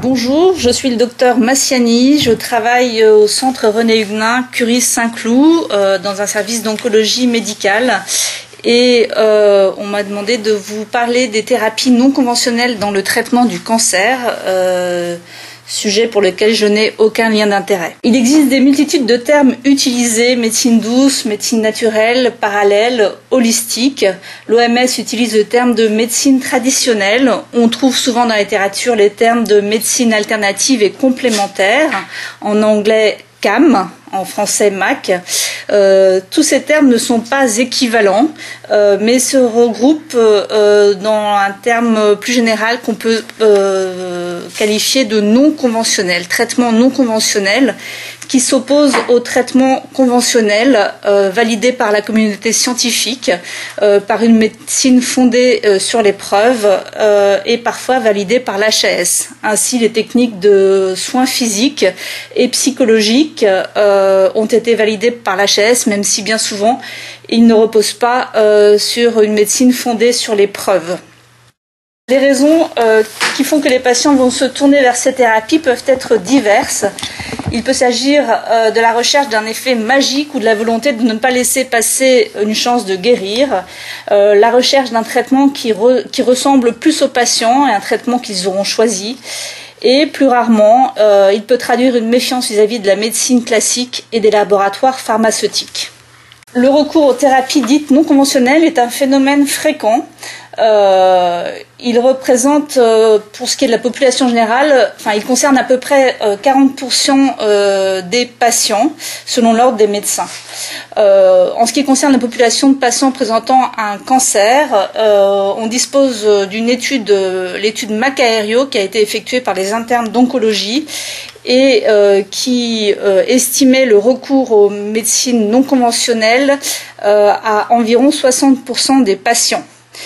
Bonjour, je suis le docteur Massiani, je travaille au centre René Huguenin, Curie Saint-Cloud, dans un service d'oncologie médicale. Et on m'a demandé de vous parler des thérapies non conventionnelles dans le traitement du cancer, sujet pour lequel je n'ai aucun lien d'intérêt. Il existe des multitudes de termes utilisés, médecine douce, médecine naturelle, parallèle, holistique. L'OMS utilise le terme de médecine traditionnelle. On trouve souvent dans la littérature les termes de médecine alternative et complémentaire, en anglais CAM, en français MAC. Tous ces termes ne sont pas équivalents, mais se regroupent dans un terme plus général qu'on peut qualifier de non conventionnel, traitement non conventionnel, qui s'oppose au traitement conventionnel validé par la communauté scientifique, par une médecine fondée sur les preuves et parfois validée par l'HAS. Ainsi, les techniques de soins physiques et psychologiques ont été validées par l'HAS, même si bien souvent, ils ne reposent pas sur une médecine fondée sur les preuves. Les raisons qui font que les patients vont se tourner vers ces thérapies peuvent être diverses. Il peut s'agir de la recherche d'un effet magique ou de la volonté de ne pas laisser passer une chance de guérir, la recherche d'un traitement qui ressemble plus aux patients et un traitement qu'ils auront choisi. Et plus rarement, il peut traduire une méfiance vis-à-vis de la médecine classique et des laboratoires pharmaceutiques. Le recours aux thérapies dites non conventionnelles est un phénomène fréquent. Il représente, pour ce qui est de la population générale, il concerne à peu près 40% des patients, selon l'ordre des médecins. En ce qui concerne la population de patients présentant un cancer, on dispose d'une étude, l'étude MAC-Aéreo, qui a été effectuée par les internes d'oncologie et qui estimait le recours aux médecines non conventionnelles à environ 60% des patients.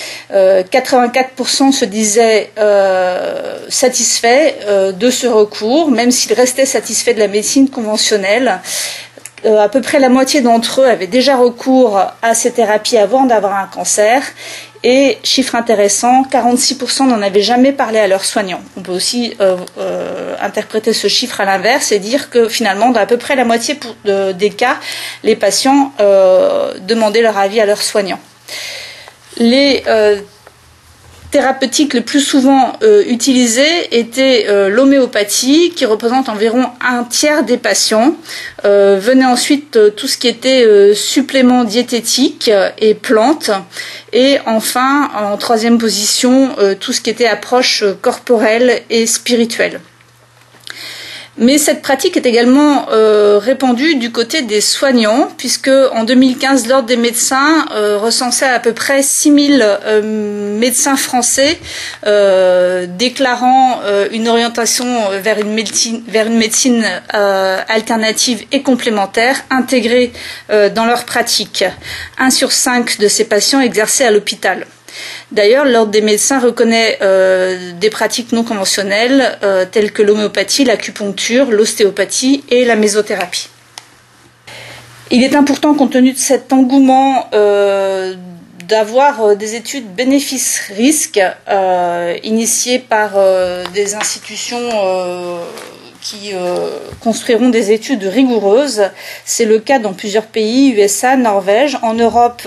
84% se disaient satisfaits de ce recours, même s'ils restaient satisfaits de la médecine conventionnelle. À peu près la moitié d'entre eux avaient déjà recours à ces thérapies avant d'avoir un cancer. Et, chiffre intéressant, 46% n'en avaient jamais parlé à leurs soignants. On peut aussi interpréter ce chiffre à l'inverse et dire que finalement, dans à peu près la moitié des cas, les patients demandaient leur avis à leurs soignants. Les thérapeutiques les plus souvent utilisées étaient l'homéopathie, qui représente environ un tiers des patients. Venait ensuite tout ce qui était suppléments diététiques et plantes. Et enfin, en troisième position, tout ce qui était approche corporelle et spirituelle. Mais cette pratique est également répandue du côté des soignants, puisque en 2015, l'Ordre des médecins recensait à peu près 6000 médecins français déclarant une orientation vers une médecine alternative et complémentaire intégrée dans leur pratique. 1 sur 5 de ces patients exerçaient à l'hôpital. D'ailleurs, l'Ordre des médecins reconnaît des pratiques non conventionnelles telles que l'homéopathie, l'acupuncture, l'ostéopathie et la mésothérapie. Il est important, compte tenu de cet engouement, d'avoir des études bénéfices-risques initiées par des institutions qui construiront des études rigoureuses. C'est le cas dans plusieurs pays, USA, Norvège. En Europe,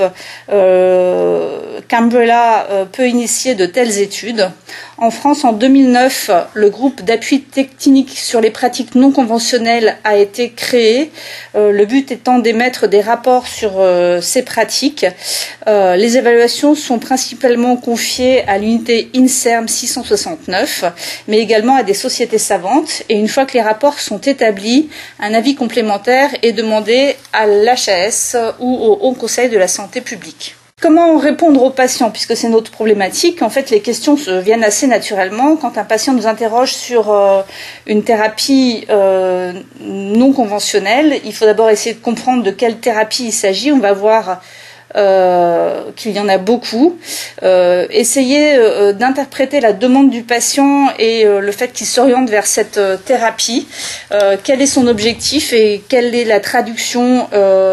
Cambrella peut initier de telles études. En France, en 2009, le groupe d'appui technique sur les pratiques non conventionnelles a été créé, le but étant d'émettre des rapports sur ces pratiques. Les évaluations sont principalement confiées à l'unité INSERM 669, mais également à des sociétés savantes. Et une fois que les rapports sont établis, un avis complémentaire est demandé à l'HAS ou au Haut Conseil de la santé publique. Comment répondre aux patients, puisque c'est notre problématique? En fait, les questions viennent assez naturellement. Quand un patient nous interroge sur une thérapie non conventionnelle, il faut d'abord essayer de comprendre de quelle thérapie il s'agit. On va voir qu'il y en a beaucoup. Essayer d'interpréter la demande du patient et le fait qu'il s'oriente vers cette thérapie. Quel est son objectif et quelle est la traduction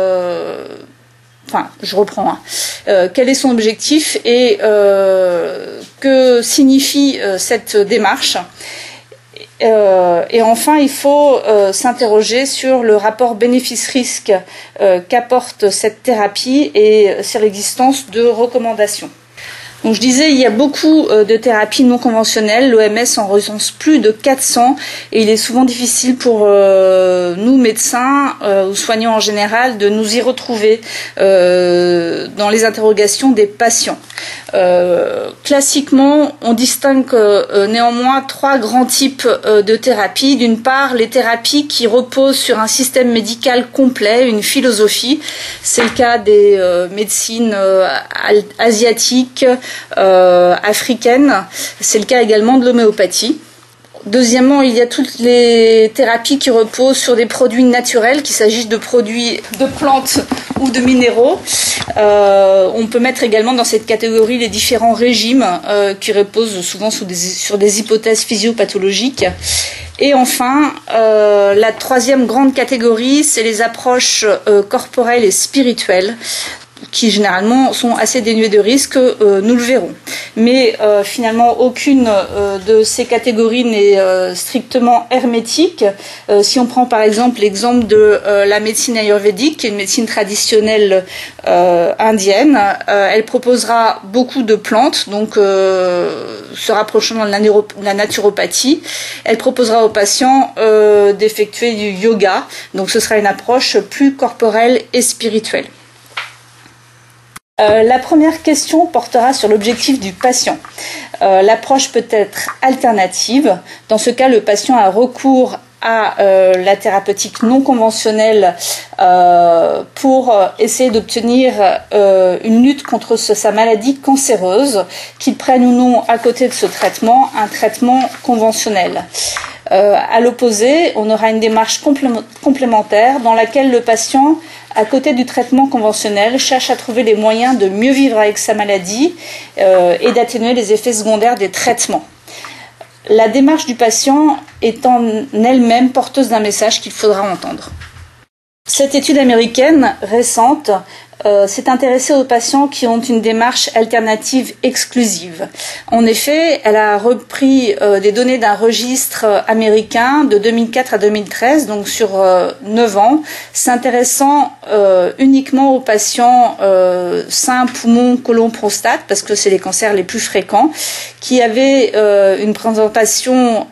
quel est son objectif et que signifie cette démarche. Et enfin, il faut s'interroger sur le rapport bénéfice-risque qu'apporte cette thérapie et sur l'existence de recommandations. Donc je disais, il y a beaucoup de thérapies non conventionnelles. L'OMS en recense plus de 400 et il est souvent difficile pour nous, médecins ou soignants en général, de nous y retrouver dans les interrogations des patients. Classiquement, on distingue néanmoins 3 grands types de thérapies. D'une part, les thérapies qui reposent sur un système médical complet, une philosophie. C'est le cas des médecines asiatiques, africaines. C'est le cas également de l'homéopathie. Deuxièmement, il y a toutes les thérapies qui reposent sur des produits naturels, qu'il s'agisse de produits de plantes ou de minéraux. On peut mettre également dans cette catégorie les différents régimes qui reposent souvent sur des hypothèses physiopathologiques. Et enfin, la troisième grande catégorie, c'est les approches corporelles et spirituelles, qui généralement sont assez dénués de risques, nous le verrons. Mais finalement, aucune de ces catégories n'est strictement hermétique. Si on prend par exemple l'exemple de la médecine ayurvédique, qui est une médecine traditionnelle indienne, elle proposera beaucoup de plantes, donc se rapprochant de la naturopathie. Elle proposera aux patients d'effectuer du yoga, donc ce sera une approche plus corporelle et spirituelle. La première question portera sur l'objectif du patient. L'approche peut être alternative. Dans ce cas, le patient a recours à la thérapeutique non conventionnelle pour essayer d'obtenir une lutte contre sa maladie cancéreuse, qu'il prenne ou non à côté de ce traitement un traitement conventionnel. À l'opposé, on aura une démarche complémentaire dans laquelle le patient, à côté du traitement conventionnel, cherche à trouver les moyens de mieux vivre avec sa maladie et d'atténuer les effets secondaires des traitements. La démarche du patient est en elle-même porteuse d'un message qu'il faudra entendre. Cette étude américaine récente s'est intéressée aux patients qui ont une démarche alternative exclusive. En effet, elle a repris des données d'un registre américain de 2004 à 2013, donc sur 9 ans, s'intéressant uniquement aux patients seins, poumons, côlon, prostate, parce que c'est les cancers les plus fréquents, qui avaient une présentation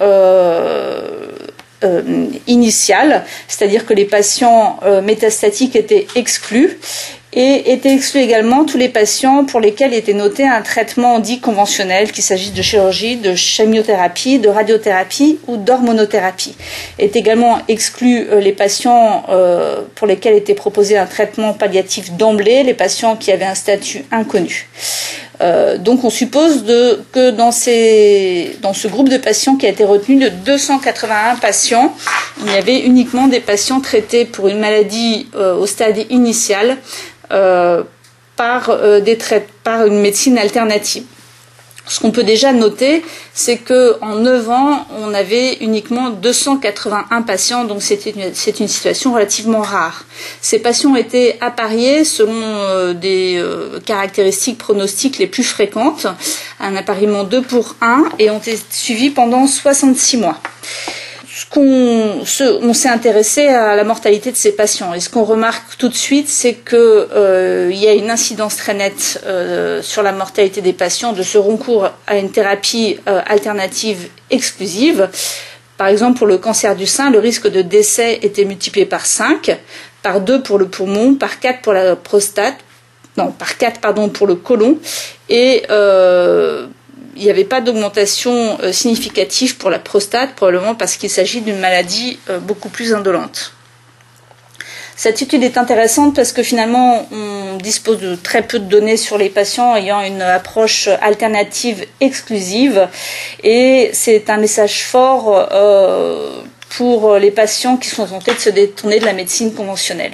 initiale, c'est-à-dire que les patients métastatiques étaient exclus, et étaient exclus également tous les patients pour lesquels était noté un traitement dit conventionnel, qu'il s'agisse de chirurgie, de chimiothérapie, de radiothérapie ou d'hormonothérapie. Est également exclus les patients pour lesquels était proposé un traitement palliatif d'emblée, les patients qui avaient un statut inconnu. Donc on suppose que dans ce groupe de patients qui a été retenu de 281 patients, il y avait uniquement des patients traités pour une maladie au stade initial par une médecine alternative. Ce qu'on peut déjà noter, c'est qu'en 9 ans, on avait uniquement 281 patients, donc c'est une situation relativement rare. Ces patients étaient appariés selon des caractéristiques pronostiques les plus fréquentes, un appariement 2 pour 1, et ont été suivis pendant 66 mois. On s'est intéressé à la mortalité de ces patients. Et ce qu'on remarque tout de suite, c'est que y a une incidence très nette sur la mortalité des patients de ce recours à une thérapie alternative exclusive. Par exemple, pour le cancer du sein, le risque de décès était multiplié par 5, par 2 pour le poumon, par 4 pour la prostate, par 4 pour le côlon, et il n'y avait pas d'augmentation significative pour la prostate, probablement parce qu'il s'agit d'une maladie beaucoup plus indolente. Cette étude est intéressante parce que finalement, on dispose de très peu de données sur les patients ayant une approche alternative exclusive, et c'est un message fort pour les patients qui sont tentés de se détourner de la médecine conventionnelle.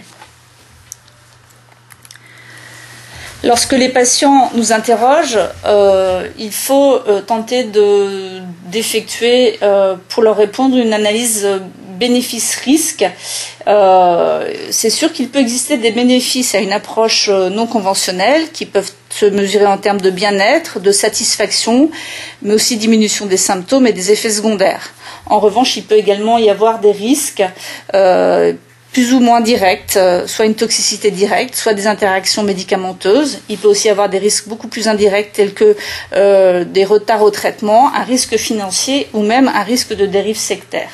Lorsque les patients nous interrogent, il faut tenter d'effectuer, pour leur répondre, une analyse bénéfice-risque. C'est sûr qu'il peut exister des bénéfices à une approche non conventionnelle qui peuvent se mesurer en termes de bien-être, de satisfaction, mais aussi diminution des symptômes et des effets secondaires. En revanche, il peut également y avoir des risques plus ou moins directs, soit une toxicité directe, soit des interactions médicamenteuses. Il peut aussi y avoir des risques beaucoup plus indirects tels que des retards au traitement, un risque financier ou même un risque de dérive sectaire.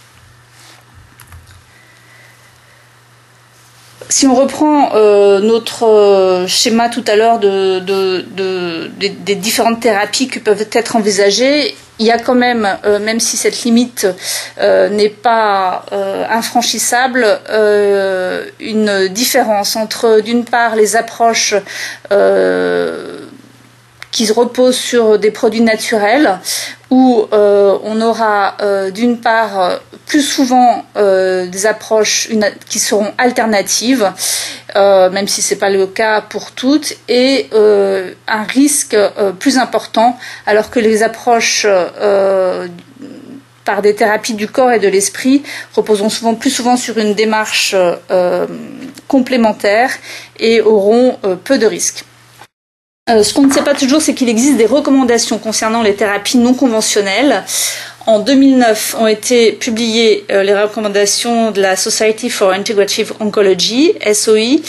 Si on reprend notre schéma tout à l'heure des différentes thérapies qui peuvent être envisagées, il y a quand même si cette limite n'est pas infranchissable, une différence entre, d'une part, les approches qui reposent sur des produits naturels, où on aura d'une part plus souvent des approches qui seront alternatives, même si ce n'est pas le cas pour toutes, et un risque plus important, alors que les approches par des thérapies du corps et de l'esprit reposeront plus souvent sur une démarche complémentaire et auront peu de risques. Ce qu'on ne sait pas toujours, c'est qu'il existe des recommandations concernant les thérapies non conventionnelles. En 2009 ont été publiées les recommandations de la Society for Integrative Oncology, SOI.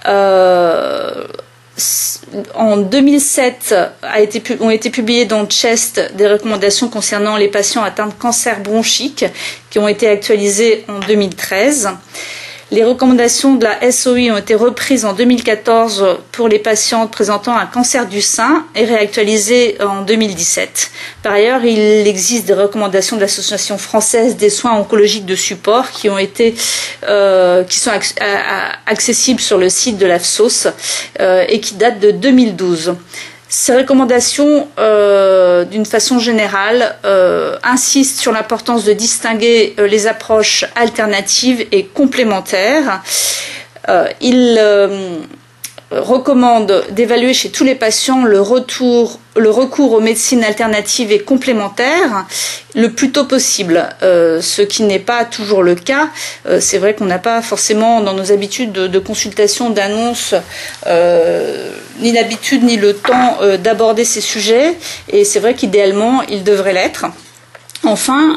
En 2007 ont été publiées dans Chest des recommandations concernant les patients atteints de cancer bronchique qui ont été actualisées en 2013. Les recommandations de la SOI ont été reprises en 2014 pour les patientes présentant un cancer du sein et réactualisées en 2017. Par ailleurs, il existe des recommandations de l'Association française des soins oncologiques de support qui sont accessibles sur le site de l'AFSOS et qui datent de 2012. Ces recommandations, d'une façon générale, insistent sur l'importance de distinguer les approches alternatives et complémentaires. Ils recommandent d'évaluer chez tous les patients le recours aux médecines alternatives et complémentaires le plus tôt possible, ce qui n'est pas toujours le cas. C'est vrai qu'on n'a pas forcément dans nos habitudes de consultation, d'annonce, ni l'habitude ni le temps d'aborder ces sujets, et c'est vrai qu'idéalement ils devraient l'être. Enfin,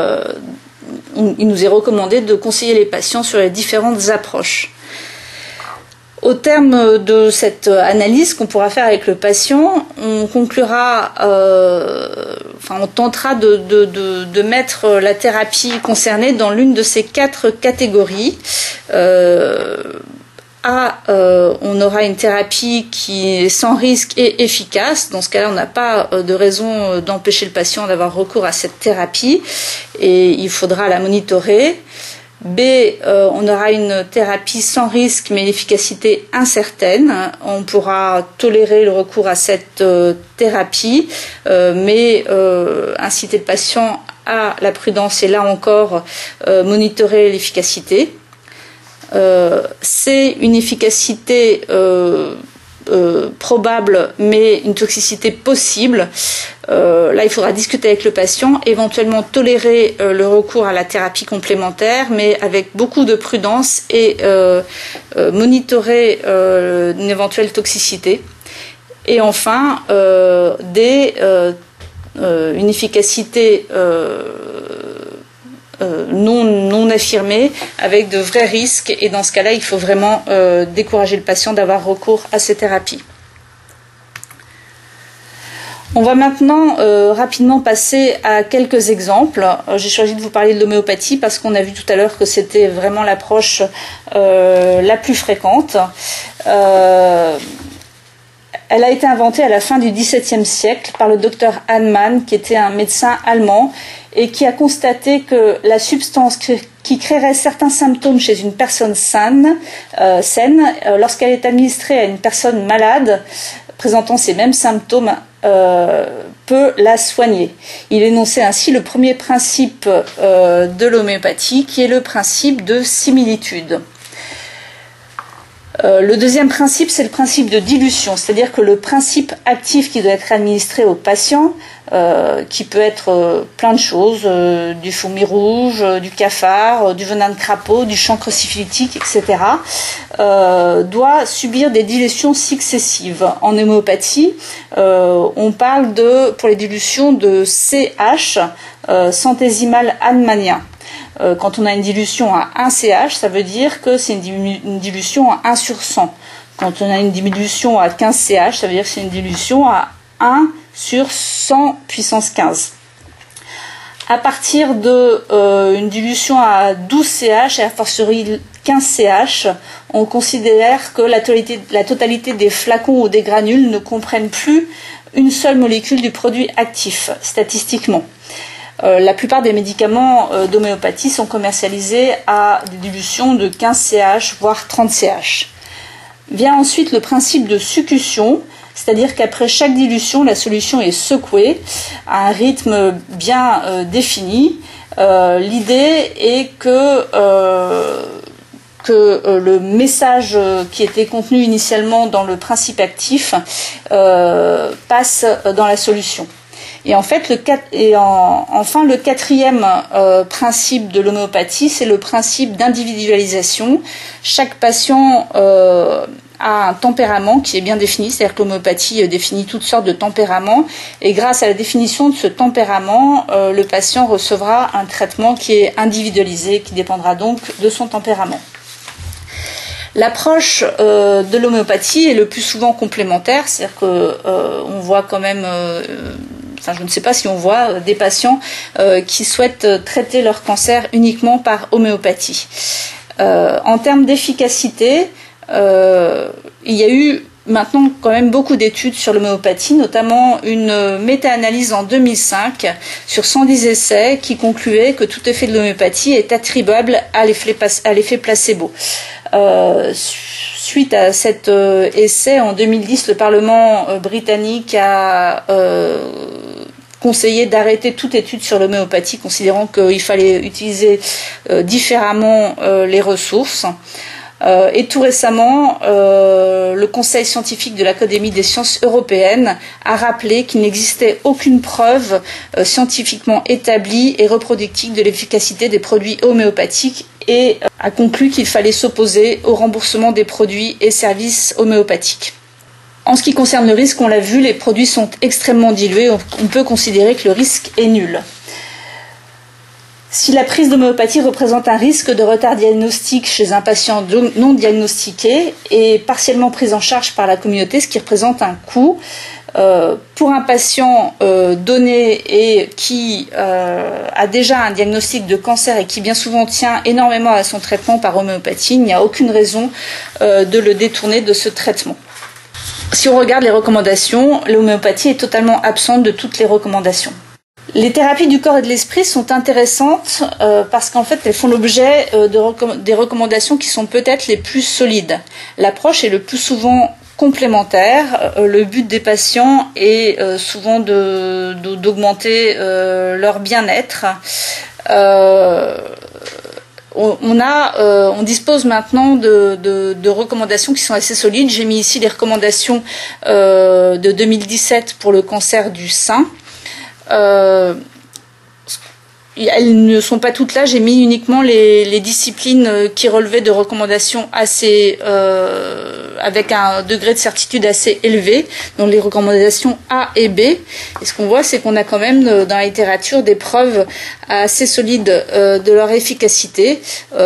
il nous est recommandé de conseiller les patients sur les différentes approches. Au terme de cette analyse qu'on pourra faire avec le patient, on conclura, on tentera de mettre la thérapie concernée dans l'une de ces 4 catégories. On aura une thérapie qui est sans risque et efficace. Dans ce cas-là, on n'a pas de raison d'empêcher le patient d'avoir recours à cette thérapie et il faudra la monitorer. B, on aura une thérapie sans risque mais l'efficacité incertaine. On pourra tolérer le recours à cette thérapie, mais inciter le patient à la prudence et là encore monitorer l'efficacité. C'est une efficacité probable mais une toxicité possible. Là, il faudra discuter avec le patient, éventuellement tolérer le recours à la thérapie complémentaire, mais avec beaucoup de prudence et monitorer une éventuelle toxicité. Et enfin, une efficacité non affirmée avec de vrais risques, et dans ce cas-là, il faut vraiment décourager le patient d'avoir recours à ces thérapies. On va maintenant rapidement passer à quelques exemples. J'ai choisi de vous parler de l'homéopathie parce qu'on a vu tout à l'heure que c'était vraiment l'approche la plus fréquente. Elle a été inventée à la fin du XVIIe siècle par le docteur Hahnemann, qui était un médecin allemand, et qui a constaté que la substance qui créerait certains symptômes chez une personne saine, lorsqu'elle est administrée à une personne malade présentant ces mêmes symptômes, peut la soigner. Il énonçait ainsi le premier principe de l'homéopathie, qui est le principe de similitude. Le deuxième principe, c'est le principe de dilution, c'est-à-dire que le principe actif qui doit être administré au patient, qui peut être plein de choses, du fourmi rouge, du cafard, du venin de crapaud, du chancre syphilitique, etc., doit subir des dilutions successives. En homéopathie, on parle pour les dilutions de CH, centésimal Hahnemannien. Quand on a une dilution à 1 CH, ça veut dire que c'est une dilution à 1 sur 100. Quand on a une dilution à 15 CH, ça veut dire que c'est une dilution à 1 sur 100 puissance 15. À partir d'une dilution à 12 CH et a fortiori 15 CH, on considère que la totalité des flacons ou des granules ne comprennent plus une seule molécule du produit actif, statistiquement. La plupart des médicaments d'homéopathie sont commercialisés à des dilutions de 15 CH, voire 30 CH. Vient ensuite le principe de succussion, c'est-à-dire qu'après chaque dilution, la solution est secouée à un rythme bien défini. L'idée est que le message qui était contenu initialement dans le principe actif passe dans la solution. Et en fait, enfin, le quatrième principe de l'homéopathie, c'est le principe d'individualisation. Chaque patient a un tempérament qui est bien défini, c'est-à-dire que l'homéopathie définit toutes sortes de tempéraments, et grâce à la définition de ce tempérament, le patient recevra un traitement qui est individualisé, qui dépendra donc de son tempérament. L'approche de l'homéopathie est le plus souvent complémentaire, c'est-à-dire qu'on voit quand même... je ne sais pas si on voit des patients qui souhaitent traiter leur cancer uniquement par homéopathie. En termes d'efficacité, il y a eu maintenant quand même beaucoup d'études sur l'homéopathie, notamment une méta-analyse en 2005 sur 110 essais qui concluait que tout effet de l'homéopathie est attribuable à l'effet placebo. Suite à cet essai, en 2010, le Parlement britannique a conseillé d'arrêter toute étude sur l'homéopathie, considérant qu'il fallait utiliser différemment les ressources. Et tout récemment, le Conseil scientifique de l'Académie des sciences européennes a rappelé qu'il n'existait aucune preuve scientifiquement établie et reproductive de l'efficacité des produits homéopathiques et a conclu qu'il fallait s'opposer au remboursement des produits et services homéopathiques. En ce qui concerne le risque, on l'a vu, les produits sont extrêmement dilués, on peut considérer que le risque est nul. Si la prise d'homéopathie représente un risque de retard diagnostique chez un patient non diagnostiqué et partiellement pris en charge par la communauté, ce qui représente un coût, pour un patient donné et qui a déjà un diagnostic de cancer et qui bien souvent tient énormément à son traitement par homéopathie, il n'y a aucune raison de le détourner de ce traitement. Si on regarde les recommandations, l'homéopathie est totalement absente de toutes les recommandations. Les thérapies du corps et de l'esprit sont intéressantes parce qu'en fait elles font l'objet des recommandations qui sont peut-être les plus solides. L'approche est le plus souvent complémentaire. Le but des patients est souvent d'augmenter leur bien-être. On dispose maintenant de recommandations qui sont assez solides. J'ai mis ici les recommandations de 2017 pour le cancer du sein. Elles ne sont pas toutes là, j'ai mis uniquement les disciplines qui relevaient de recommandations assez avec un degré de certitude assez élevé, donc les recommandations A et B. Et ce qu'on voit, c'est qu'on a quand même dans la littérature des preuves assez solides de leur efficacité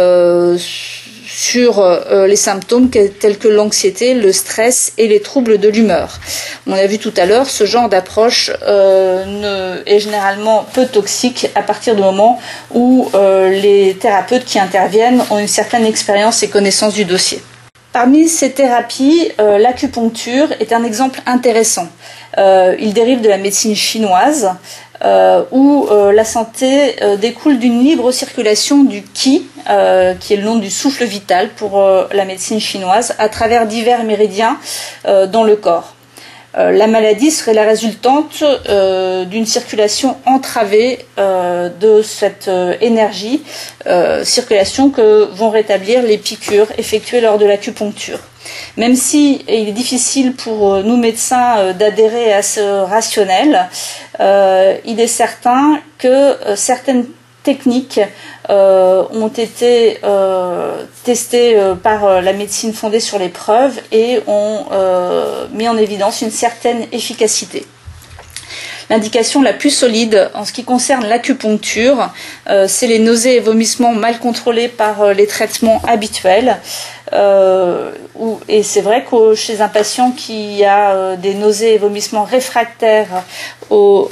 sur les symptômes tels que l'anxiété, le stress et les troubles de l'humeur. On a vu tout à l'heure, ce genre d'approche est généralement peu toxique à partir du moment où les thérapeutes qui interviennent ont une certaine expérience et connaissance du dossier. Parmi ces thérapies, l'acupuncture est un exemple intéressant. Il dérive de la médecine chinoise, où la santé découle d'une libre circulation du qi, qui est le nom du souffle vital pour la médecine chinoise, à travers divers méridiens dans le corps. La maladie serait la résultante d'une circulation entravée de cette énergie, circulation que vont rétablir les piqûres effectuées lors de l'acupuncture. Même si il est difficile pour nous médecins d'adhérer à ce rationnel, il est certain que certaines techniques ont été testées par la médecine fondée sur les preuves et ont mis en évidence une certaine efficacité. L'indication la plus solide en ce qui concerne l'acupuncture, c'est les nausées et vomissements mal contrôlés par les traitements habituels. Et c'est vrai que chez un patient qui a des nausées et vomissements réfractaires aux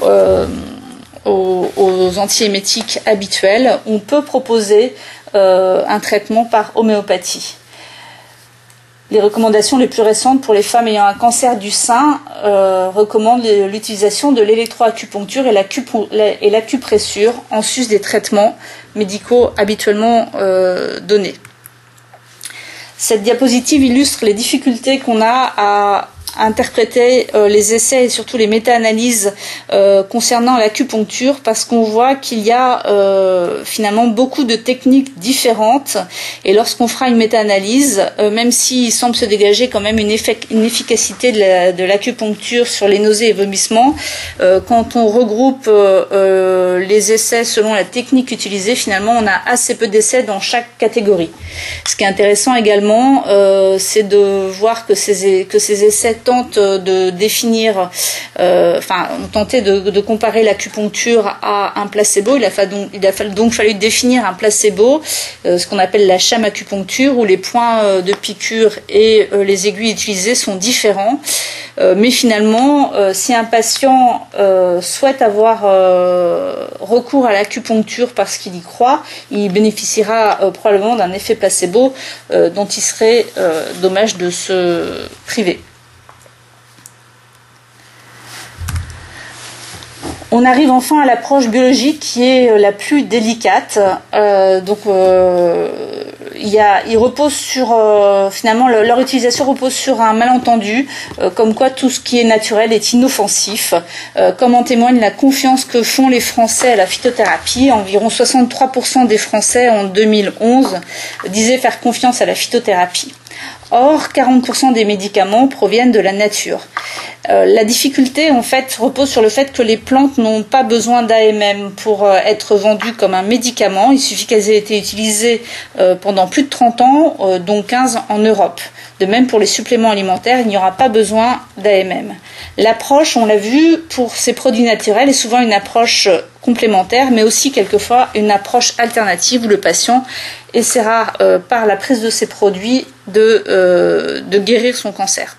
antiémétiques habituels, on peut proposer un traitement par homéopathie. Les recommandations les plus récentes pour les femmes ayant un cancer du sein recommandent l'utilisation de l'électroacupuncture et l'acupressure en sus des traitements médicaux habituellement donnés. Cette diapositive illustre les difficultés qu'on a à interpréter les essais et surtout les méta-analyses concernant l'acupuncture, parce qu'on voit qu'il y a finalement beaucoup de techniques différentes, et lorsqu'on fera une méta-analyse, même s'il semble se dégager quand même une efficacité de l'acupuncture sur les nausées et vomissements, quand on regroupe les essais selon la technique utilisée, finalement on a assez peu d'essais dans chaque catégorie. Ce qui est intéressant également, c'est de voir que ces essais tentent de définir, ont tenté de comparer l'acupuncture à un placebo. Il a donc fallu définir un placebo, ce qu'on appelle la chamacupuncture, où les points de piqûre et les aiguilles utilisées sont différents. Mais finalement, si un patient souhaite avoir recours à l'acupuncture parce qu'il y croit, il bénéficiera probablement d'un effet placebo dont il serait dommage de se priver. On arrive enfin à l'approche biologique qui est la plus délicate. Ils reposent sur finalement leur utilisation repose sur un malentendu, comme quoi tout ce qui est naturel est inoffensif, comme en témoigne la confiance que font les Français à la phytothérapie. Environ 63% des Français en 2011 disaient faire confiance à la phytothérapie. Or, 40% des médicaments proviennent de la nature. La difficulté, en fait, repose sur le fait que les plantes n'ont pas besoin d'AMM pour être vendues comme un médicament. Il suffit qu'elles aient été utilisées pendant plus de 30 ans, dont 15 en Europe. De même, pour les suppléments alimentaires, il n'y aura pas besoin d'AMM. L'approche, on l'a vu, pour ces produits naturels est souvent une approche complémentaire, mais aussi quelquefois une approche alternative où le patient essaiera par la prise de ces produits de guérir son cancer.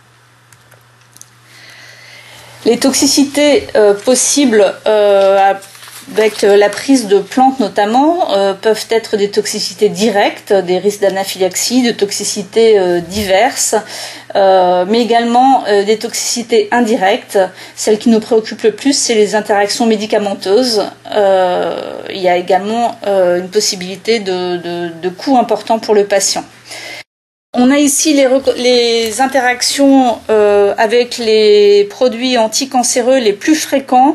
Les toxicités possibles avec la prise de plantes notamment peuvent être des toxicités directes, des risques d'anaphylaxie, de toxicités diverses, mais également des toxicités indirectes. Celle qui nous préoccupe le plus, c'est les interactions médicamenteuses. Il y a également une possibilité de coûts importants pour le patient. On a ici les interactions avec les produits anticancéreux les plus fréquents,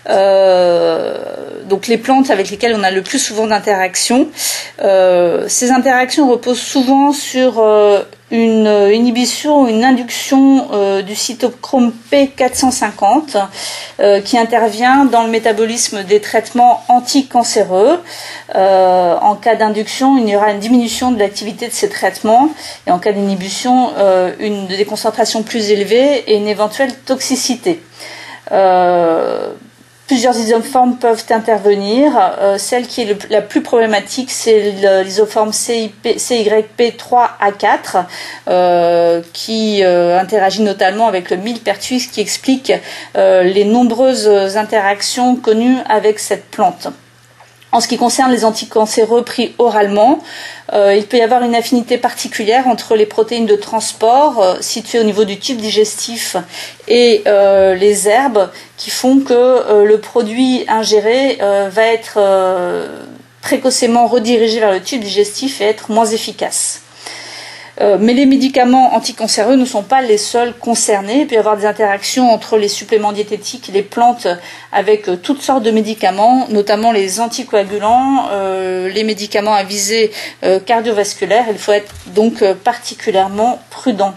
donc les plantes avec lesquelles on a le plus souvent d'interactions. Ces interactions reposent souvent sur une inhibition ou une induction du cytochrome P450 qui intervient dans le métabolisme des traitements anticancéreux. En cas d'induction, il y aura une diminution de l'activité de ces traitements et en cas d'inhibition, des concentrations plus élevées et une éventuelle toxicité. Plusieurs isoformes peuvent intervenir. Celle qui est la plus problématique, c'est l'isoforme CYP3A4 qui interagit notamment avec le millepertuis, qui explique les nombreuses interactions connues avec cette plante. En ce qui concerne les anticancéreux pris oralement, il peut y avoir une affinité particulière entre les protéines de transport situées au niveau du tube digestif et les herbes qui font que le produit ingéré va être précocement redirigé vers le tube digestif et être moins efficace. Mais les médicaments anticancéreux ne sont pas les seuls concernés. Il peut y avoir des interactions entre les suppléments diététiques et les plantes avec toutes sortes de médicaments, notamment les anticoagulants, les médicaments à visée cardiovasculaire. Il faut être donc particulièrement prudent.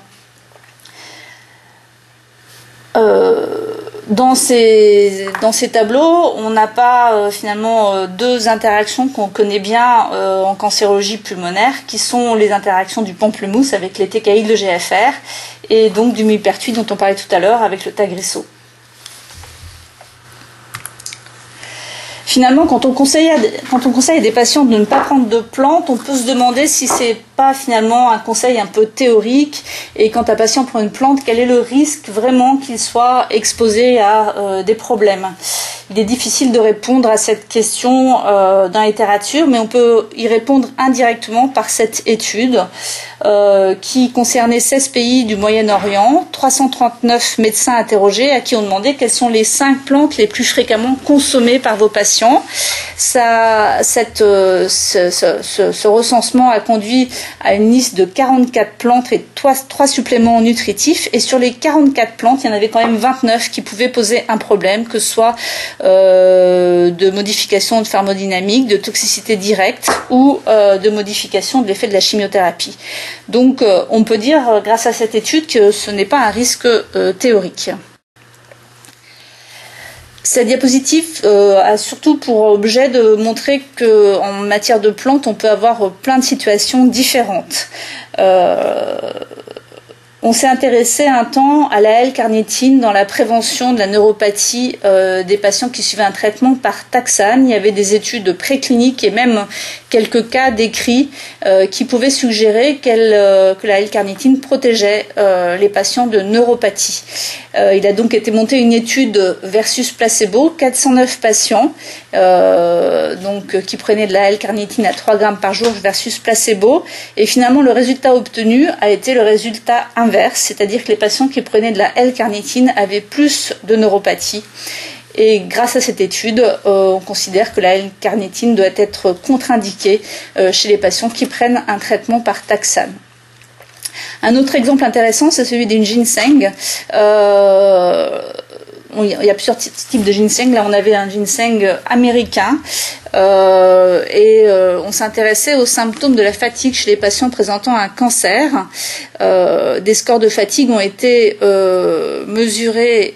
Dans ces tableaux, on n'a pas finalement deux interactions qu'on connaît bien en cancérologie pulmonaire, qui sont les interactions du pamplemousse avec les TKI de GFR et donc du millepertuis dont on parlait tout à l'heure avec le Tagrisso. Finalement, quand on conseille à des patients de ne pas prendre de plantes, on peut se demander si c'est pas finalement un conseil un peu théorique, et quand un patient prend une plante, quel est le risque vraiment qu'il soit exposé à des problèmes. Il est difficile de répondre à cette question dans la littérature, mais on peut y répondre indirectement par cette étude qui concernait 16 pays du Moyen-Orient, 339 médecins interrogés à qui on demandait quelles sont les 5 plantes les plus fréquemment consommées par vos patients. Ce recensement a conduit à une liste de 44 plantes et 3 suppléments nutritifs, et sur les 44 plantes, il y en avait quand même 29 qui pouvaient poser un problème, que ce soit de modification de thermodynamique, de toxicité directe ou de modification de l'effet de la chimiothérapie. Donc on peut dire grâce à cette étude que ce n'est pas un risque théorique. Cette diapositive a surtout pour objet de montrer qu'en matière de plantes, on peut avoir plein de situations différentes. On s'est intéressé un temps à la L-carnitine dans la prévention de la neuropathie des patients qui suivaient un traitement par taxane. Il y avait des études précliniques et même quelques cas décrits qui pouvaient suggérer que la L-carnitine protégeait les patients de neuropathie. Il a donc été monté une étude versus placebo, 409 patients qui prenaient de la L-carnitine à 3 grammes par jour versus placebo, et finalement le résultat obtenu a été le résultat inverse, c'est-à-dire que les patients qui prenaient de la L-carnitine avaient plus de neuropathie. Et grâce à cette étude, on considère que la L-carnitine doit être contre-indiquée chez les patients qui prennent un traitement par taxane. Un autre exemple intéressant, c'est celui d'une ginseng. Il y a plusieurs types de ginseng. Là, on avait un ginseng américain on s'intéressait aux symptômes de la fatigue chez les patients présentant un cancer. Des scores de fatigue ont été mesurés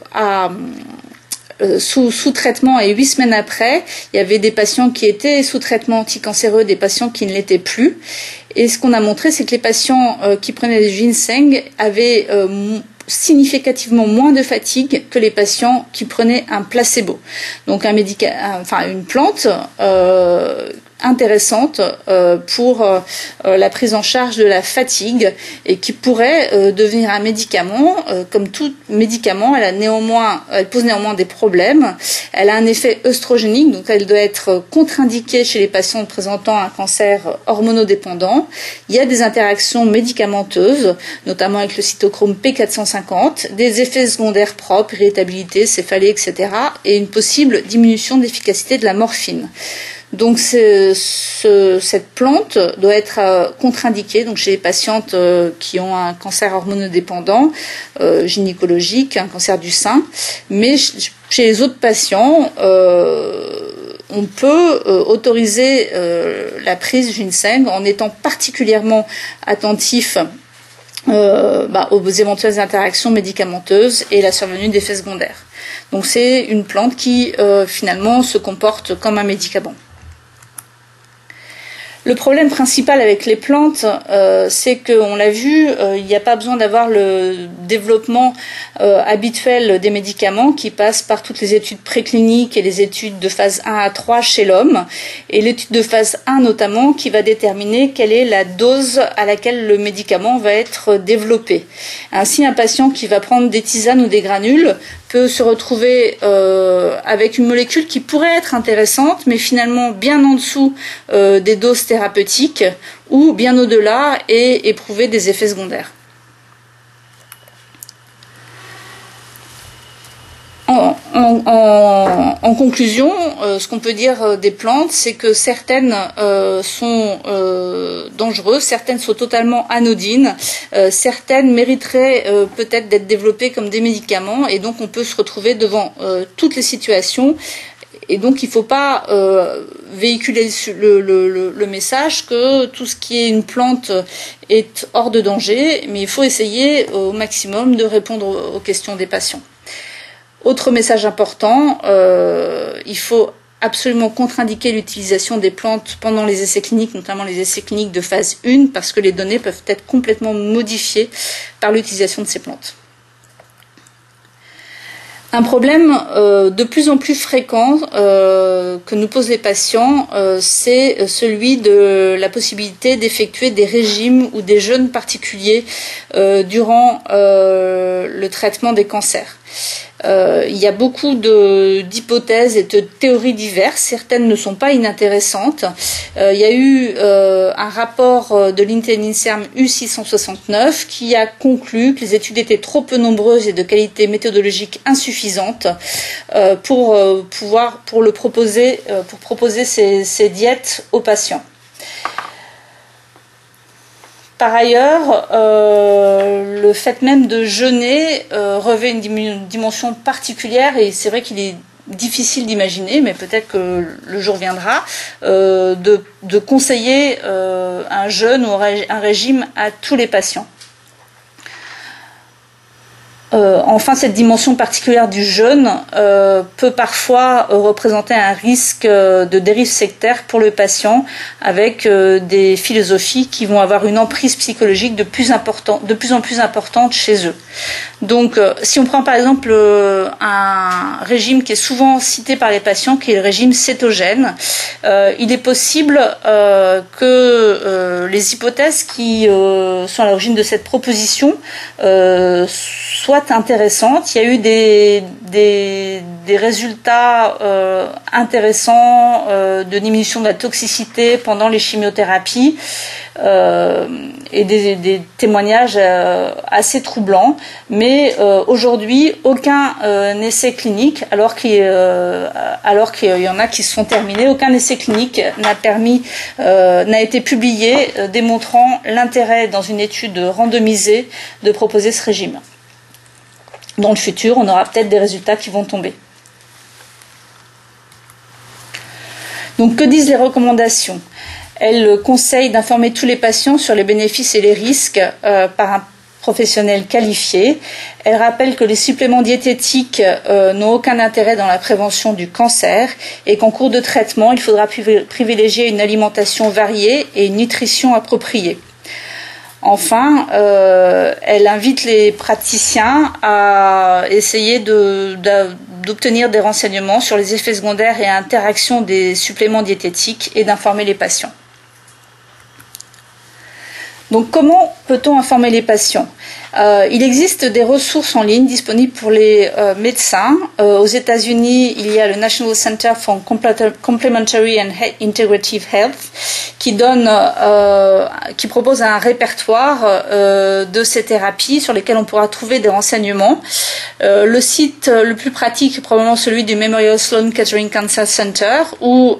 sous traitement, et 8 semaines après, il y avait des patients qui étaient sous traitement anticancéreux, des patients qui ne l'étaient plus. Et ce qu'on a montré, c'est que les patients qui prenaient des ginseng avaient significativement moins de fatigue que les patients qui prenaient un placebo. Donc une plante intéressante pour la prise en charge de la fatigue, et qui pourrait devenir un médicament. Comme tout médicament, elle pose néanmoins des problèmes. Elle a un effet œstrogénique, donc elle doit être contre-indiquée chez les patients présentant un cancer hormonodépendant. Il y a des interactions médicamenteuses, notamment avec le cytochrome P450, des effets secondaires propres, irritabilité, céphalée, etc., et une possible diminution de l'efficacité de la morphine. Donc cette plante doit être contre-indiquée donc chez les patientes qui ont un cancer hormonodépendant, gynécologique, un cancer du sein, mais chez les autres patients, on peut autoriser la prise ginseng en étant particulièrement attentif aux éventuelles interactions médicamenteuses et la survenue d'effets secondaires. Donc c'est une plante qui finalement se comporte comme un médicament. Le problème principal avec les plantes, c'est qu'on l'a vu, il n'y a pas besoin d'avoir le développement habituel des médicaments qui passent par toutes les études précliniques et les études de phase 1 à 3 chez l'homme, et l'étude de phase 1 notamment qui va déterminer quelle est la dose à laquelle le médicament va être développé. Ainsi, un patient qui va prendre des tisanes ou des granules peut se retrouver avec une molécule qui pourrait être intéressante, mais finalement bien en dessous des doses thérapeutiques, ou bien au-delà, et éprouver des effets secondaires. En conclusion, ce qu'on peut dire des plantes, c'est que certaines sont dangereuses, certaines sont totalement anodines, certaines mériteraient peut-être d'être développées comme des médicaments, et donc on peut se retrouver devant toutes les situations. Et donc il ne faut pas véhiculer le message que tout ce qui est une plante est hors de danger, mais il faut essayer au maximum de répondre aux questions des patients. Autre message important, il faut absolument contre-indiquer l'utilisation des plantes pendant les essais cliniques, notamment les essais cliniques de phase 1, parce que les données peuvent être complètement modifiées par l'utilisation de ces plantes. Un problème de plus en plus fréquent que nous posent les patients, c'est celui de la possibilité d'effectuer des régimes ou des jeûnes particuliers durant le traitement des cancers. Il y a beaucoup d'hypothèses et de théories diverses, certaines ne sont pas inintéressantes. Il y a eu un rapport de l'INSERM U669 qui a conclu que les études étaient trop peu nombreuses et de qualité méthodologique insuffisante pour proposer ces diètes aux patients. Par ailleurs, le fait même de jeûner revêt une dimension particulière, et c'est vrai qu'il est difficile d'imaginer, mais peut-être que le jour viendra, de conseiller un jeûne ou un régime à tous les patients. Enfin, cette dimension particulière du jeûne peut parfois représenter un risque de dérive sectaire pour le patient, avec des philosophies qui vont avoir une emprise psychologique de plus en plus importante chez eux. Donc, si on prend par exemple un régime qui est souvent cité par les patients, qui est le régime cétogène, il est possible que les hypothèses qui sont à l'origine de cette proposition soient intéressantes. Il y a eu des résultats intéressants de diminution de la toxicité pendant les chimiothérapies et des témoignages assez troublants. Mais aujourd'hui, aucun essai clinique, alors qu'il y en a qui se sont terminés, aucun essai clinique n'a été publié démontrant l'intérêt dans une étude randomisée de proposer ce régime. Dans le futur, on aura peut-être des résultats qui vont tomber. Donc, que disent les recommandations ? Elles conseillent d'informer tous les patients sur les bénéfices et les risques par un professionnel qualifié. Elles rappellent que les suppléments diététiques n'ont aucun intérêt dans la prévention du cancer et qu'en cours de traitement, il faudra privilégier une alimentation variée et une nutrition appropriée. Enfin, elle invite les praticiens à essayer d'obtenir des renseignements sur les effets secondaires et interactions des suppléments diététiques et d'informer les patients. Donc, comment peut-on informer les patients ? Il existe des ressources en ligne disponibles pour les médecins. Aux États-Unis, il y a le National Center for Complementary and Integrative Health qui propose un répertoire de ces thérapies sur lesquelles on pourra trouver des renseignements. Le site le plus pratique est probablement celui du Memorial Sloan Kettering Cancer Center, où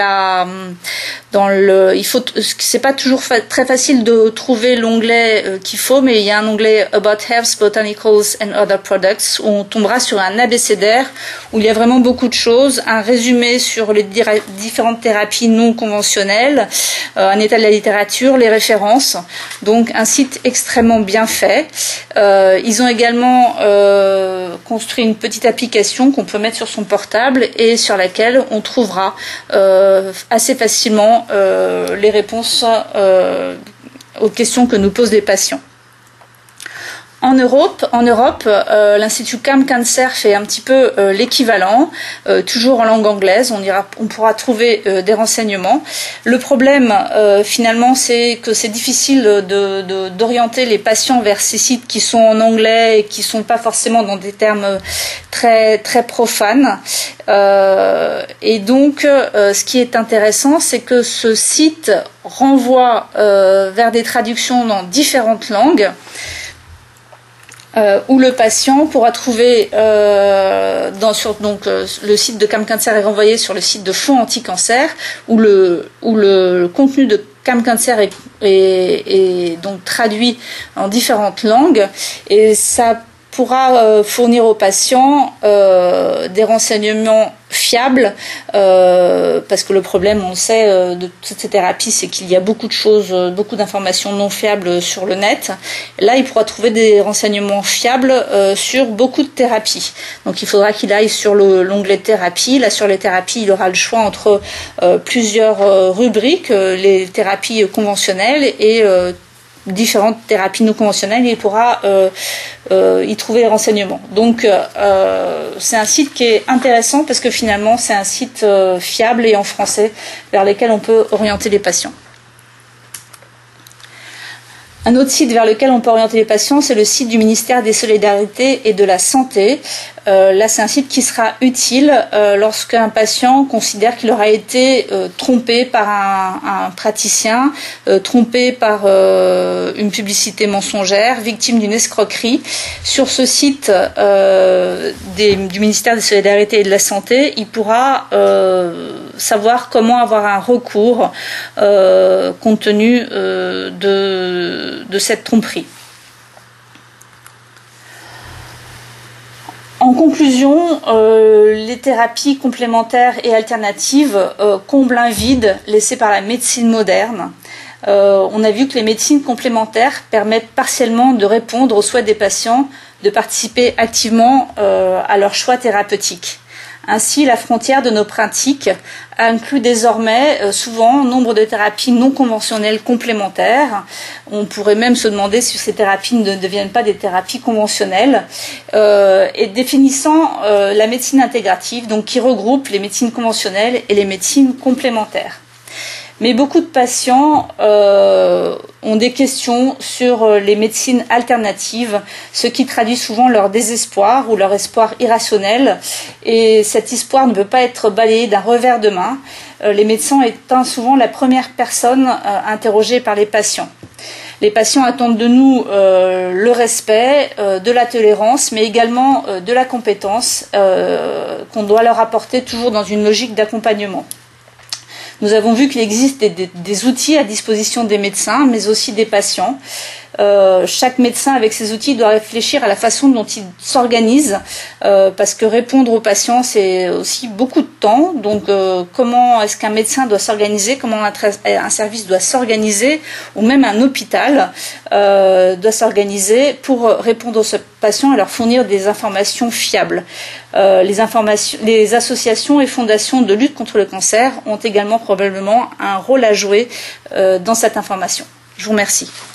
c'est pas toujours très facile de trouver l'onglet qu'il faut, mais il y a un onglet About Herbs, Botanicals and Other Products, où on tombera sur un abécédaire où il y a vraiment beaucoup de choses, un résumé sur les différentes thérapies non conventionnelles, un état de la littérature, les références. Donc un site extrêmement bien fait. Ils ont également construit une petite application qu'on peut mettre sur son portable et sur laquelle on trouvera assez facilement les réponses aux questions que nous posent les patients. En Europe, l'Institut CAM Cancer fait un petit peu l'équivalent, toujours en langue anglaise. On pourra trouver des renseignements. Le problème, finalement, c'est que c'est difficile d'orienter les patients vers ces sites qui sont en anglais et qui sont pas forcément dans des termes très très profanes. Et donc, ce qui est intéressant, c'est que ce site renvoie vers des traductions dans différentes langues. où le patient pourra trouver le site de CamCancer est renvoyé sur le site de Fonds anti-cancer où le contenu de CamCancer est donc traduit en différentes langues et ça pourra fournir aux patients des renseignements fiables parce que le problème, on le sait, de toutes ces thérapies, c'est qu'il y a beaucoup de choses, beaucoup d'informations non fiables sur le net. Là, il pourra trouver des renseignements fiables sur beaucoup de thérapies. Donc, il faudra qu'il aille sur l'onglet thérapie. Là, sur les thérapies, il aura le choix entre plusieurs rubriques, les thérapies conventionnelles et différentes thérapies non conventionnelles, et il pourra y trouver les renseignements. Donc c'est un site qui est intéressant parce que finalement c'est un site fiable et en français vers lequel on peut orienter les patients. Un autre site vers lequel on peut orienter les patients, c'est le site du ministère des Solidarités et de la Santé. Là, c'est un site qui sera utile lorsqu'un patient considère qu'il aura été trompé par un praticien, trompé par une publicité mensongère, victime d'une escroquerie. Sur ce site du ministère des Solidarités et de la Santé, il pourra savoir comment avoir un recours compte tenu de cette tromperie. En conclusion, les thérapies complémentaires et alternatives comblent un vide laissé par la médecine moderne. On a vu que les médecines complémentaires permettent partiellement de répondre aux souhaits des patients de participer activement à leur choix thérapeutique. Ainsi, la frontière de nos pratiques inclut désormais souvent nombre de thérapies non conventionnelles complémentaires. On pourrait même se demander si ces thérapies ne deviennent pas des thérapies conventionnelles. Et définissant la médecine intégrative, donc qui regroupe les médecines conventionnelles et les médecines complémentaires. Mais beaucoup de patients ont des questions sur les médecines alternatives, ce qui traduit souvent leur désespoir ou leur espoir irrationnel. Et cet espoir ne peut pas être balayé d'un revers de main, les médecins étant souvent la première personne interrogée par les patients. Les patients attendent de nous le respect, de la tolérance, mais également de la compétence qu'on doit leur apporter toujours dans une logique d'accompagnement. Nous avons vu qu'il existe des outils à disposition des médecins, mais aussi des patients. Chaque médecin, avec ses outils, doit réfléchir à la façon dont il s'organise, parce que répondre aux patients, c'est aussi beaucoup de temps. Donc, comment est-ce qu'un médecin doit s'organiser, comment un service doit s'organiser, ou même un hôpital doit s'organiser pour répondre aux patients et leur fournir des informations fiables. Les associations et fondations de lutte contre le cancer ont également probablement un rôle à jouer dans cette information. Je vous remercie.